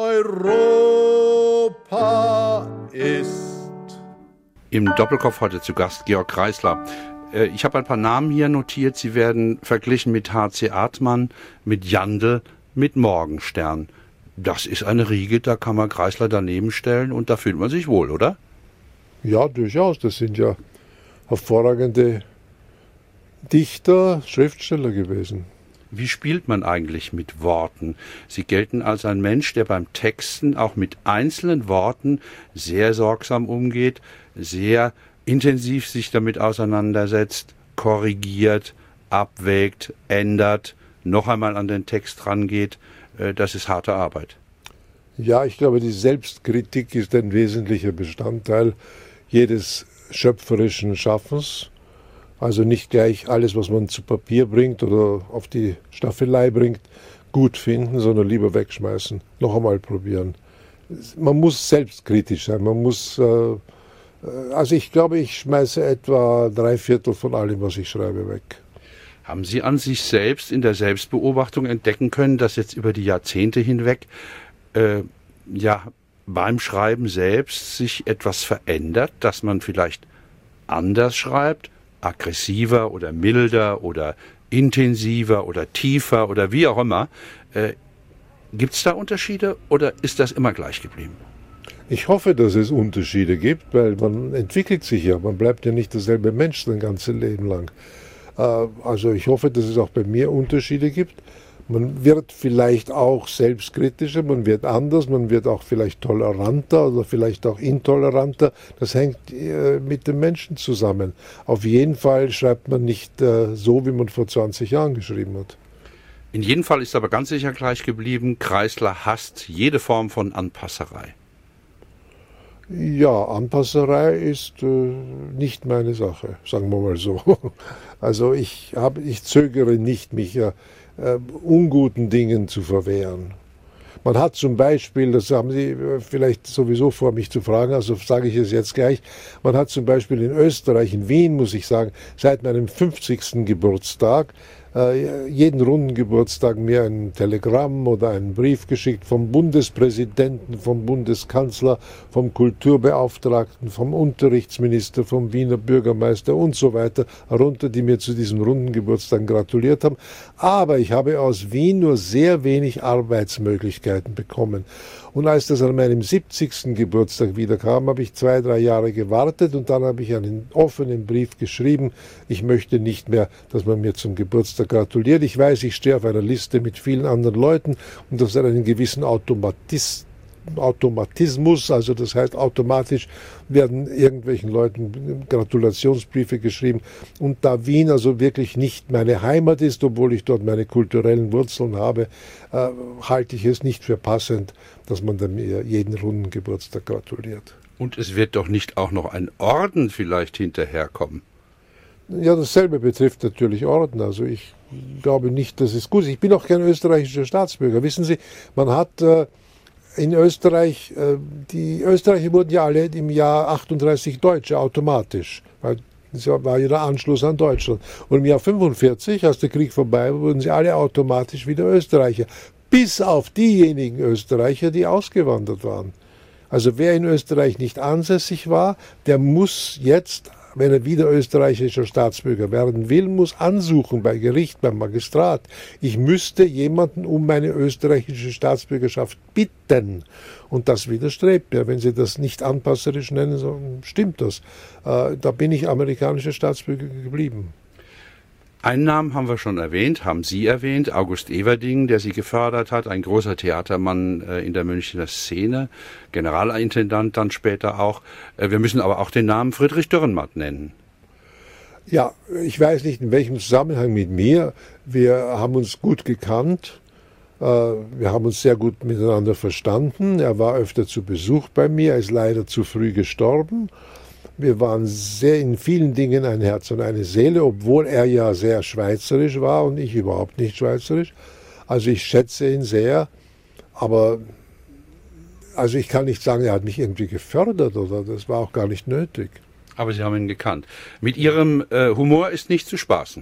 Europa ist. Im Doppelkopf heute zu Gast Georg Kreisler. Ich habe ein paar Namen hier notiert. Sie werden verglichen mit H.C. Artmann, mit Jandl, mit Morgenstern. Das ist eine Riege, da kann man Kreisler daneben stellen und da fühlt man sich wohl, oder? Ja, durchaus. Das sind ja hervorragende Dichter, Schriftsteller gewesen. Wie spielt man eigentlich mit Worten? Sie gelten als ein Mensch, der beim Texten auch mit einzelnen Worten sehr sorgsam umgeht, sehr intensiv sich damit auseinandersetzt, korrigiert, abwägt, ändert, noch einmal an den Text rangeht. Das ist harte Arbeit. Ja, ich glaube, die Selbstkritik ist ein wesentlicher Bestandteil jedes schöpferischen Schaffens. Also nicht gleich alles, was man zu Papier bringt oder auf die Staffelei bringt, gut finden, sondern lieber wegschmeißen, noch einmal probieren. Man muss selbstkritisch sein, man muss, also ich glaube, ich schmeiße etwa 3/4 von allem, was ich schreibe, weg. Haben Sie an sich selbst in der Selbstbeobachtung entdecken können, dass jetzt über die Jahrzehnte hinweg beim Schreiben selbst sich etwas verändert, dass man vielleicht anders schreibt, aggressiver oder milder oder intensiver oder tiefer oder wie auch immer. Gibt es da Unterschiede oder ist das immer gleich geblieben? Ich hoffe, dass es Unterschiede gibt, weil man entwickelt sich ja. Man bleibt ja nicht derselbe Mensch sein ganzes Leben lang. Also ich hoffe, dass es auch bei mir Unterschiede gibt. Man wird vielleicht auch selbstkritischer, man wird anders, man wird auch vielleicht toleranter oder vielleicht auch intoleranter. Das hängt mit dem Menschen zusammen. Auf jeden Fall schreibt man nicht so, wie man vor 20 Jahren geschrieben hat. In jedem Fall ist aber ganz sicher gleich geblieben, Kreisler hasst jede Form von Anpasserei. Ja, Anpasserei ist nicht meine Sache, sagen wir mal so. Also ich zögere nicht, mich unguten Dingen zu verwehren. Man hat zum Beispiel, das haben Sie vielleicht sowieso vor, mich zu fragen, also sage ich es jetzt gleich, man hat zum Beispiel in Österreich, in Wien, muss ich sagen, seit meinem 50. Geburtstag jeden runden Geburtstag mir ein Telegramm oder einen Brief geschickt vom Bundespräsidenten, vom Bundeskanzler, vom Kulturbeauftragten, vom Unterrichtsminister, vom Wiener Bürgermeister und so weiter herunter, die mir zu diesem runden Geburtstag gratuliert haben. Aber ich habe aus Wien nur sehr wenig Arbeitsmöglichkeiten bekommen. Und als das an meinem 70. Geburtstag wieder kam, habe ich 2-3 Jahre gewartet und dann habe ich einen offenen Brief geschrieben, ich möchte nicht mehr, dass man mir zum Geburtstag gratuliert. Ich weiß, ich stehe auf einer Liste mit vielen anderen Leuten und das hat einen gewissen Automatismus, also das heißt, automatisch werden irgendwelchen Leuten Gratulationsbriefe geschrieben. Und da Wien also wirklich nicht meine Heimat ist, obwohl ich dort meine kulturellen Wurzeln habe, halte ich es nicht für passend, dass man mir jeden runden Geburtstag gratuliert. Und es wird doch nicht auch noch ein Orden vielleicht hinterherkommen? Ja, dasselbe betrifft natürlich Orden. Also ich glaube nicht, dass es gut ist. Ich bin auch kein österreichischer Staatsbürger. Wissen Sie, man hat in Österreich, die Österreicher wurden ja alle im Jahr 38 Deutsche automatisch, weil das war ja der Anschluss an Deutschland. Und im Jahr 45, als der Krieg vorbei war, wurden sie alle automatisch wieder Österreicher, bis auf diejenigen Österreicher, die ausgewandert waren. Also wer in Österreich nicht ansässig war, der muss jetzt, wenn er wieder österreichischer Staatsbürger werden will, muss ansuchen bei Gericht, beim Magistrat. Ich müsste jemanden um meine österreichische Staatsbürgerschaft bitten. Und das widerstrebt mir. Wenn Sie das nicht anpasserisch nennen, so stimmt das. Da bin ich amerikanischer Staatsbürger geblieben. Einen Namen haben wir schon erwähnt, haben Sie erwähnt, August Everding, der Sie gefördert hat, ein großer Theatermann in der Münchner Szene, Generalintendant dann später auch. Wir müssen aber auch den Namen Friedrich Dürrenmatt nennen. Ja, ich weiß nicht, in welchem Zusammenhang mit mir. Wir haben uns gut gekannt. Wir haben uns sehr gut miteinander verstanden. Er war öfter zu Besuch bei mir, er ist leider zu früh gestorben. Wir waren sehr in vielen Dingen ein Herz und eine Seele, obwohl er ja sehr schweizerisch war und ich überhaupt nicht schweizerisch. Also ich schätze ihn sehr, aber also ich kann nicht sagen, er hat mich irgendwie gefördert oder das war auch gar nicht nötig. Aber Sie haben ihn gekannt. Mit Ihrem Humor ist nicht zu spaßen.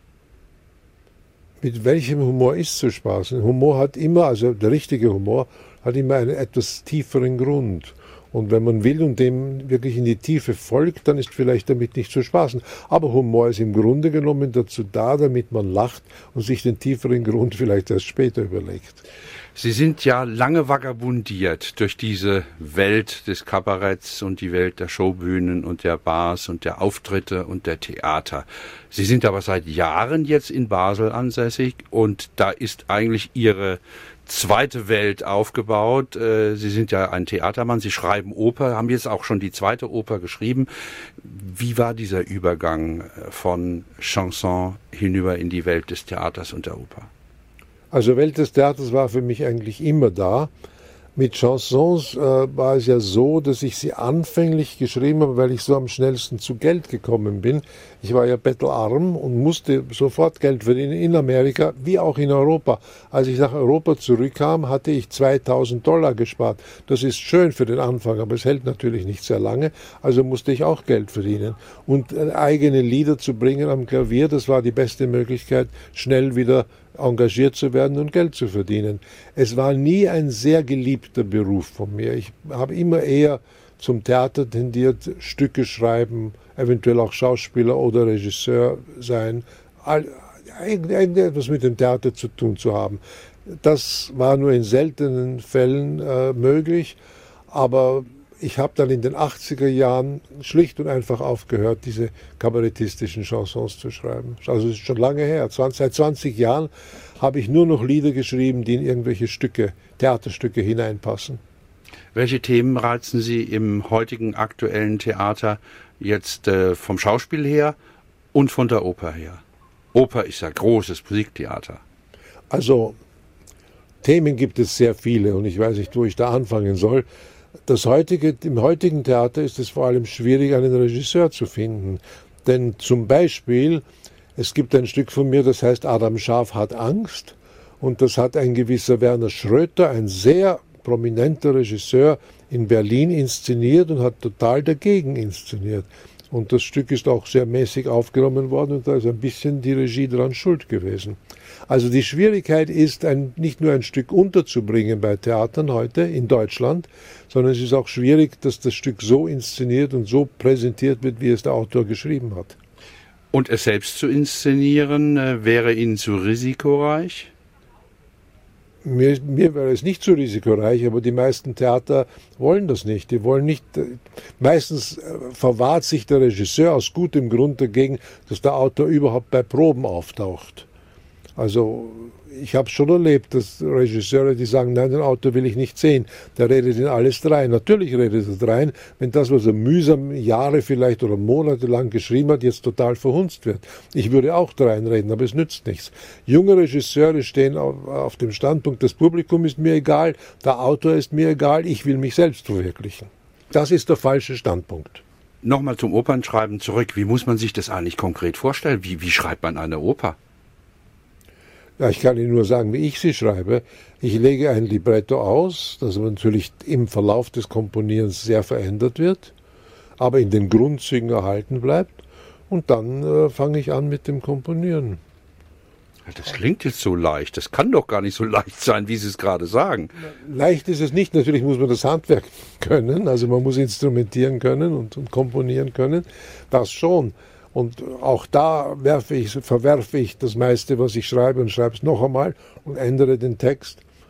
Mit welchem Humor ist zu spaßen? Humor hat immer, also der richtige Humor, hat immer einen etwas tieferen Grund. Und wenn man will und dem wirklich in die Tiefe folgt, dann ist vielleicht damit nicht zu spaßen. Aber Humor ist im Grunde genommen dazu da, damit man lacht und sich den tieferen Grund vielleicht erst später überlegt. Sie sind ja lange vagabundiert durch diese Welt des Kabaretts und die Welt der Showbühnen und der Bars und der Auftritte und der Theater. Sie sind aber seit Jahren jetzt in Basel ansässig und da ist eigentlich Ihre zweite Welt aufgebaut. Sie sind ja ein Theatermann, Sie schreiben Oper, haben jetzt auch schon die zweite Oper geschrieben. Wie war dieser Übergang von Chanson hinüber in die Welt des Theaters und der Oper? Also Welt des Theaters war für mich eigentlich immer da. Mit Chansons war es ja so, dass ich sie anfänglich geschrieben habe, weil ich so am schnellsten zu Geld gekommen bin. Ich war ja bettelarm und musste sofort Geld verdienen in Amerika wie auch in Europa. Als ich nach Europa zurückkam, hatte ich $2000 gespart. Das ist schön für den Anfang, aber es hält natürlich nicht sehr lange. Also musste ich auch Geld verdienen. Und eigene Lieder zu bringen am Klavier, das war die beste Möglichkeit, schnell wieder engagiert zu werden und Geld zu verdienen. Es war nie ein sehr geliebter Beruf von mir. Ich habe immer eher zum Theater tendiert, Stücke schreiben, eventuell auch Schauspieler oder Regisseur sein, etwas mit dem Theater zu tun zu haben. Das war nur in seltenen Fällen möglich, aber ich habe dann in den 80er Jahren schlicht und einfach aufgehört, diese kabarettistischen Chansons zu schreiben. Also es ist schon lange her. Seit 20 Jahren habe ich nur noch Lieder geschrieben, die in irgendwelche Stücke, Theaterstücke hineinpassen. Welche Themen reizen Sie im heutigen aktuellen Theater jetzt vom Schauspiel her und von der Oper her? Oper ist ja großes Musiktheater. Also Themen gibt es sehr viele und ich weiß nicht, wo ich da anfangen soll. Im heutigen Theater ist es vor allem schwierig, einen Regisseur zu finden. Denn zum Beispiel, es gibt ein Stück von mir, das heißt Adam Scharf hat Angst. Und das hat ein gewisser Werner Schröter, ein sehr prominenter Regisseur, in Berlin inszeniert und hat total dagegen inszeniert. Und das Stück ist auch sehr mäßig aufgenommen worden und da ist ein bisschen die Regie daran schuld gewesen. Also die Schwierigkeit ist, nicht nur ein Stück unterzubringen bei Theatern heute in Deutschland, sondern es ist auch schwierig, dass das Stück so inszeniert und so präsentiert wird, wie es der Autor geschrieben hat. Und es selbst zu inszenieren, wäre Ihnen zu risikoreich? Mir wäre es nicht so risikoreich, aber die meisten Theater wollen das nicht. Die wollen nicht. Meistens verwahrt sich der Regisseur aus gutem Grund dagegen, dass der Autor überhaupt bei Proben auftaucht. Also ich habe schon erlebt, dass Regisseure, die sagen, nein, den Autor will ich nicht sehen. Der redet in alles rein. Natürlich redet er rein, wenn das, was er mühsam Jahre vielleicht oder Monate lang geschrieben hat, jetzt total verhunzt wird. Ich würde auch reinreden, aber es nützt nichts. Junge Regisseure stehen auf dem Standpunkt, das Publikum ist mir egal, der Autor ist mir egal, ich will mich selbst verwirklichen. Das ist der falsche Standpunkt. Nochmal zum Opernschreiben zurück. Wie muss man sich das eigentlich konkret vorstellen? Wie schreibt man eine Oper? Ja, ich kann Ihnen nur sagen, wie ich sie schreibe. Ich lege ein Libretto aus, das natürlich im Verlauf des Komponierens sehr verändert wird, aber in den Grundzügen erhalten bleibt. Und dann fange ich an mit dem Komponieren. Das klingt jetzt so leicht. Das kann doch gar nicht so leicht sein, wie Sie es gerade sagen. Leicht ist es nicht. Natürlich muss man das Handwerk können. Also man muss instrumentieren können und komponieren können. Das schon. Und auch da verwerfe ich das meiste, was ich schreibe und schreibe es noch einmal und ändere den Text.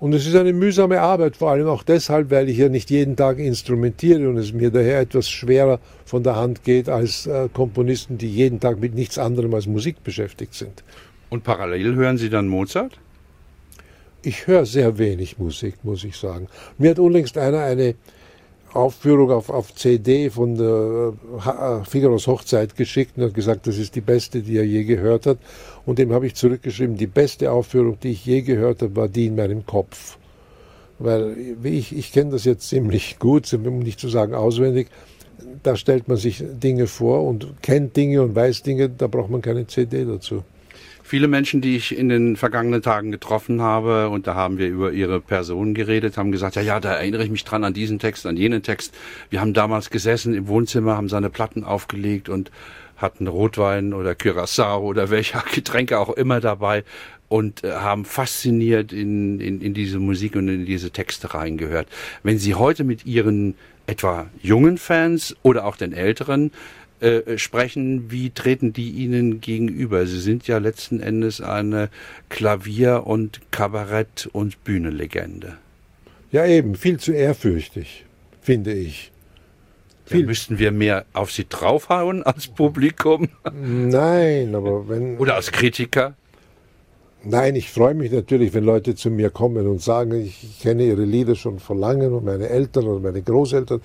Und es ist eine mühsame Arbeit, vor allem auch deshalb, weil ich ja nicht jeden Tag instrumentiere und es mir daher etwas schwerer von der Hand geht als Komponisten, die jeden Tag mit nichts anderem als Musik beschäftigt sind. Und parallel hören Sie dann Mozart? Ich höre sehr wenig Musik, muss ich sagen. Mir hat unlängst einer eine Aufführung auf CD von der Figaros Hochzeit geschickt und hat gesagt, das ist die beste, die er je gehört hat. Und dem habe ich zurückgeschrieben, die beste Aufführung, die ich je gehört habe, war die in meinem Kopf. Weil ich kenne das jetzt ziemlich gut, um nicht zu sagen auswendig. Da stellt man sich Dinge vor und kennt Dinge und weiß Dinge, da braucht man keine CD dazu. Viele Menschen, die ich in den vergangenen Tagen getroffen habe, und da haben wir über ihre Person geredet, haben gesagt, ja, da erinnere ich mich dran an diesen Text, an jenen Text. Wir haben damals gesessen im Wohnzimmer, haben seine Platten aufgelegt und hatten Rotwein oder Curaçao oder welche Getränke auch immer dabei und haben fasziniert in diese Musik und in diese Texte reingehört. Wenn Sie heute mit Ihren etwa jungen Fans oder auch den älteren sprechen, wie treten die Ihnen gegenüber? Sie sind ja letzten Endes eine Klavier- und Kabarett- und Bühnenlegende. Ja eben, viel zu ehrfürchtig, finde ich. Ja, müssten wir mehr auf Sie draufhauen als Publikum? Nein, aber wenn... Oder als Kritiker? Nein, ich freue mich natürlich, wenn Leute zu mir kommen und sagen, ich kenne ihre Lieder schon vor langem und meine Eltern oder meine Großeltern.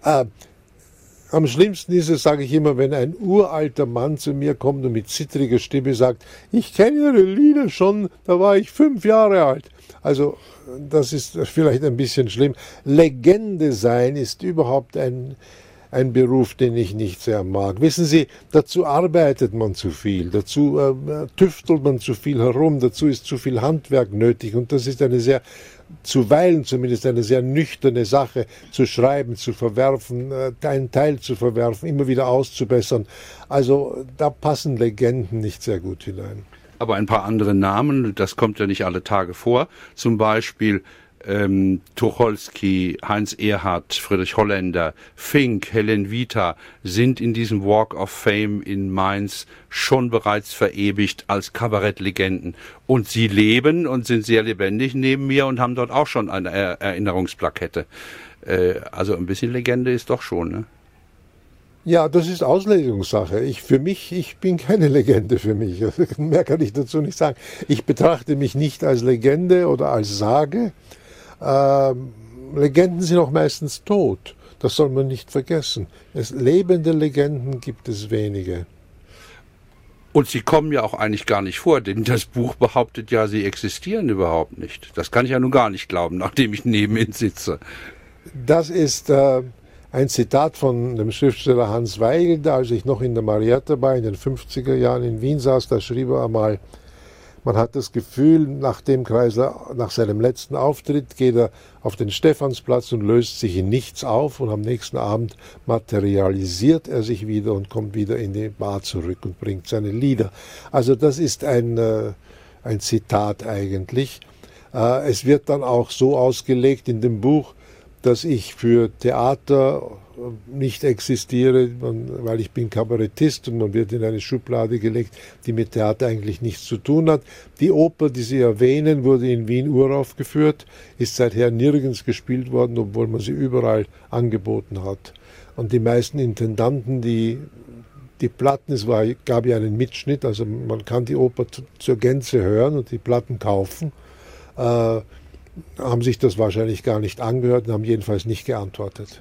Am schlimmsten ist es, sage ich immer, wenn ein uralter Mann zu mir kommt und mit zittriger Stimme sagt, ich kenne Ihre Lieder schon, da war ich 5 Jahre alt. Also das ist vielleicht ein bisschen schlimm. Legende sein ist überhaupt ein Beruf, den ich nicht sehr mag. Wissen Sie, dazu arbeitet man zu viel, dazu tüftelt man zu viel herum, dazu ist zu viel Handwerk nötig und das ist zuweilen zumindest eine sehr nüchterne Sache, zu schreiben, zu verwerfen, einen Teil zu verwerfen, immer wieder auszubessern. Also da passen Legenden nicht sehr gut hinein. Aber ein paar andere Namen, das kommt ja nicht alle Tage vor, zum Beispiel Tucholsky, Heinz Erhardt, Friedrich Holländer, Fink, Helen Vita sind in diesem Walk of Fame in Mainz schon bereits verewigt als Kabarettlegenden. Und sie leben und sind sehr lebendig neben mir und haben dort auch schon eine Erinnerungsplakette. Also ein bisschen Legende ist doch schon, ne? Ja, das ist Auslegungssache. Ich bin keine Legende für mich. Mehr kann ich dazu nicht sagen. Ich betrachte mich nicht als Legende oder als Sage. Legenden sind auch meistens tot. Das soll man nicht vergessen. Lebende Legenden gibt es wenige. Und sie kommen ja auch eigentlich gar nicht vor, denn das Buch behauptet ja, sie existieren überhaupt nicht. Das kann ich ja nun gar nicht glauben, nachdem ich neben Ihnen sitze. Das ist ein Zitat von dem Schriftsteller Hans Weigel, als ich noch in der Marietta war, in den 50er Jahren in Wien saß, da schrieb er einmal, man hat das Gefühl, nachdem Kreisler nach seinem letzten Auftritt geht er auf den Stephansplatz und löst sich in nichts auf und am nächsten Abend materialisiert er sich wieder und kommt wieder in die Bar zurück und bringt seine Lieder. Also das ist ein Zitat eigentlich. Es wird dann auch so ausgelegt in dem Buch, dass ich für Theater nicht existiere, weil ich bin Kabarettist und man wird in eine Schublade gelegt, die mit Theater eigentlich nichts zu tun hat. Die Oper, die Sie erwähnen, wurde in Wien uraufgeführt, ist seither nirgends gespielt worden, obwohl man sie überall angeboten hat. Und die meisten Intendanten, die Platten, gab ja einen Mitschnitt, also man kann die Oper zur Gänze hören und die Platten kaufen, haben sich das wahrscheinlich gar nicht angehört und haben jedenfalls nicht geantwortet.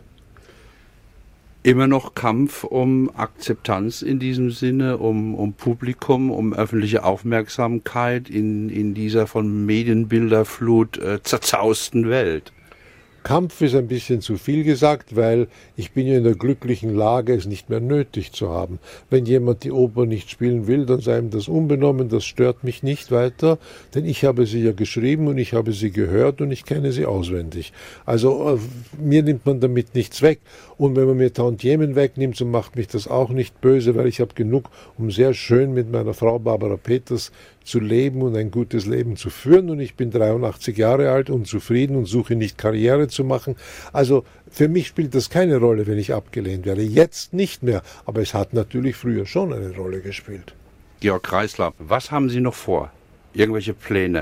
Immer noch Kampf um Akzeptanz in diesem Sinne, um Publikum, um öffentliche Aufmerksamkeit in dieser von Medienbilderflut zerzausten Welt. Kampf ist ein bisschen zu viel gesagt, weil ich bin ja in der glücklichen Lage, es nicht mehr nötig zu haben. Wenn jemand die Oper nicht spielen will, dann sei ihm das unbenommen, das stört mich nicht weiter, denn ich habe sie ja geschrieben und ich habe sie gehört und ich kenne sie auswendig. Also mir nimmt man damit nichts weg und wenn man mir Tantiemen wegnimmt, so macht mich das auch nicht böse, weil ich habe genug, um sehr schön mit meiner Frau Barbara Peters zu leben und ein gutes Leben zu führen und ich bin 83 Jahre alt und zufrieden und suche nicht Karriere zu machen. Also für mich spielt das keine Rolle, wenn ich abgelehnt werde. Jetzt nicht mehr, aber es hat natürlich früher schon eine Rolle gespielt. Georg Kreisler, was haben Sie noch vor? Irgendwelche Pläne?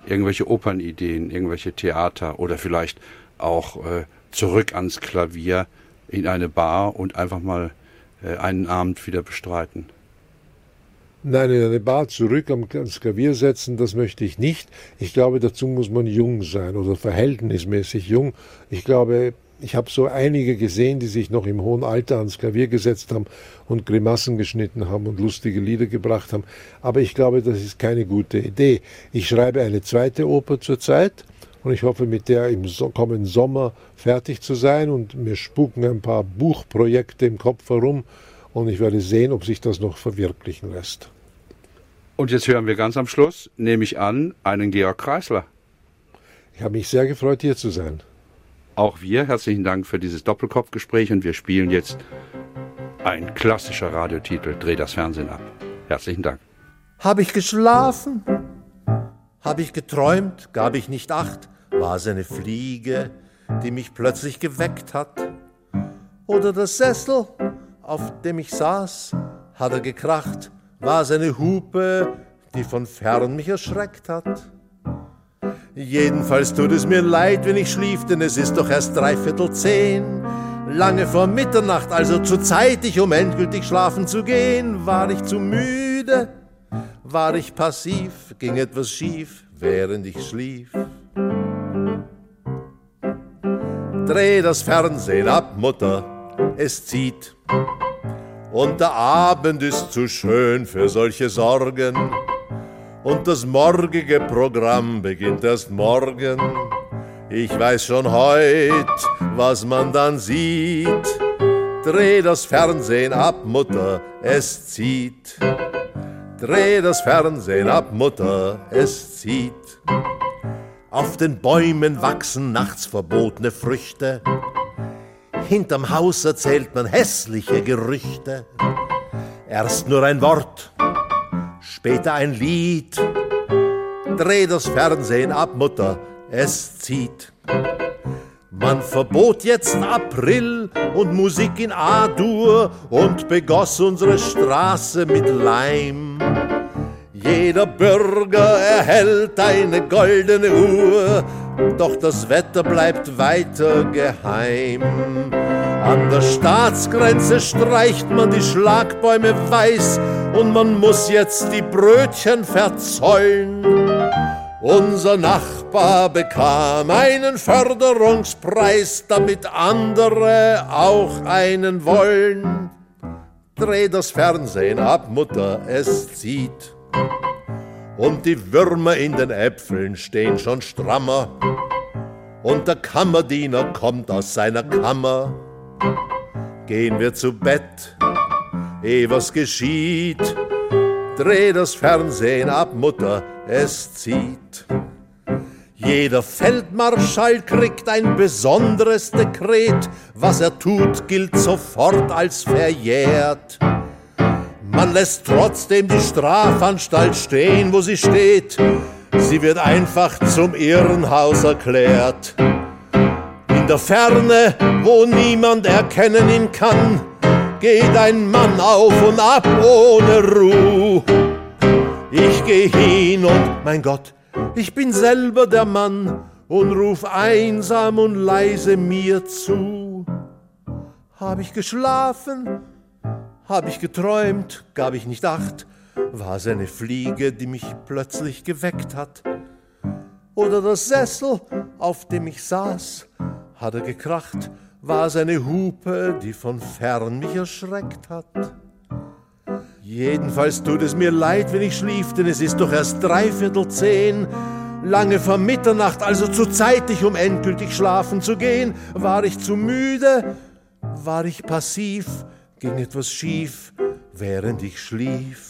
irgendwelche Opernideen, irgendwelche Theater oder vielleicht auch zurück ans Klavier in eine Bar und einfach mal einen Abend wieder bestreiten? Nein, in eine Bar zurück ans Klavier setzen, das möchte ich nicht. Ich glaube, dazu muss man jung sein oder verhältnismäßig jung. Ich glaube, ich habe so einige gesehen, die sich noch im hohen Alter ans Klavier gesetzt haben und Grimassen geschnitten haben und lustige Lieder gebracht haben. Aber ich glaube, das ist keine gute Idee. Ich schreibe eine zweite Oper zurzeit und ich hoffe, mit der im kommenden Sommer fertig zu sein. Und mir spuken ein paar Buchprojekte im Kopf herum und ich werde sehen, ob sich das noch verwirklichen lässt. Und jetzt hören wir ganz am Schluss, nehme ich an, einen Georg Kreisler. Ich habe mich sehr gefreut, hier zu sein. Auch wir, herzlichen Dank für dieses Doppelkopfgespräch und wir spielen jetzt ein klassischer Radiotitel, Dreh das Fernsehen ab. Herzlichen Dank. Hab ich geschlafen? Hab ich geträumt? Gab ich nicht acht? War es eine Fliege, die mich plötzlich geweckt hat? Oder der Sessel, auf dem ich saß, hat er gekracht? War es eine Hupe, die von fern mich erschreckt hat? Jedenfalls tut es mir leid, wenn ich schlief, denn es ist doch erst 9:45. Lange vor Mitternacht, also zu zeitig, um endgültig schlafen zu gehen. War ich zu müde? War ich passiv? Ging etwas schief, während ich schlief? Dreh das Fernsehen ab, Mutter, es zieht. Und der Abend ist zu schön für solche Sorgen. Und das morgige Programm beginnt erst morgen. Ich weiß schon heut, was man dann sieht. Dreh das Fernsehen ab, Mutter, es zieht. Dreh das Fernsehen ab, Mutter, es zieht. Auf den Bäumen wachsen nachts verbotene Früchte. Hinterm Haus erzählt man hässliche Gerüchte. Erst nur ein Wort, später ein Lied. Dreh das Fernsehen ab, Mutter, es zieht. Man verbot jetzt April und Musik in A-Dur und begoss unsere Straße mit Leim. Jeder Bürger erhält eine goldene Uhr, doch das Wetter bleibt weiter geheim. An der Staatsgrenze streicht man die Schlagbäume weiß und man muss jetzt die Brötchen verzollen. Unser Nachbar bekam einen Förderungspreis, damit andere auch einen wollen. Dreh das Fernsehen ab, Mutter, es zieht. Und die Würmer in den Äpfeln stehen schon strammer. Und der Kammerdiener kommt aus seiner Kammer. Gehen wir zu Bett, ehe was geschieht. Dreh das Fernsehen ab, Mutter, es zieht. Jeder Feldmarschall kriegt ein besonderes Dekret. Was er tut, gilt sofort als verjährt. Man lässt trotzdem die Strafanstalt stehen, wo sie steht. Sie wird einfach zum Irrenhaus erklärt. In der Ferne, wo niemand erkennen ihn kann, geht ein Mann auf und ab ohne Ruhe. Ich geh hin und, mein Gott, ich bin selber der Mann und ruf einsam und leise mir zu. Hab ich geschlafen? Hab ich geträumt? Gab ich nicht acht? War es eine Fliege, die mich plötzlich geweckt hat? Oder der Sessel, auf dem ich saß, hat er gekracht? War es eine Hupe, die von fern mich erschreckt hat? Jedenfalls tut es mir leid, wenn ich schlief, denn es ist doch erst 9:45. Lange vor Mitternacht, also zu zeitig, um endgültig schlafen zu gehen. War ich zu müde? War ich passiv? Ging etwas schief, während ich schlief?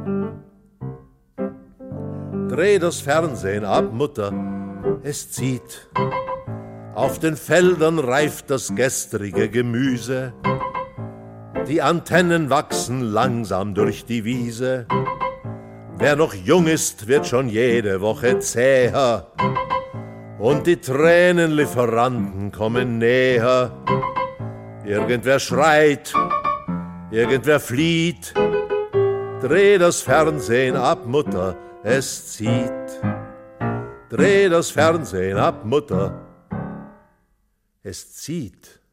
Dreh das Fernsehen ab, Mutter, es zieht. Auf den Feldern reift das gestrige Gemüse. Die Antennen wachsen langsam durch die Wiese. Wer noch jung ist, wird schon jede Woche zäher. Und die Tränenlieferanten kommen näher. Irgendwer schreit, irgendwer flieht. Dreh das Fernsehen ab, Mutter, es zieht. Dreh das Fernsehen ab, Mutter. Es zieht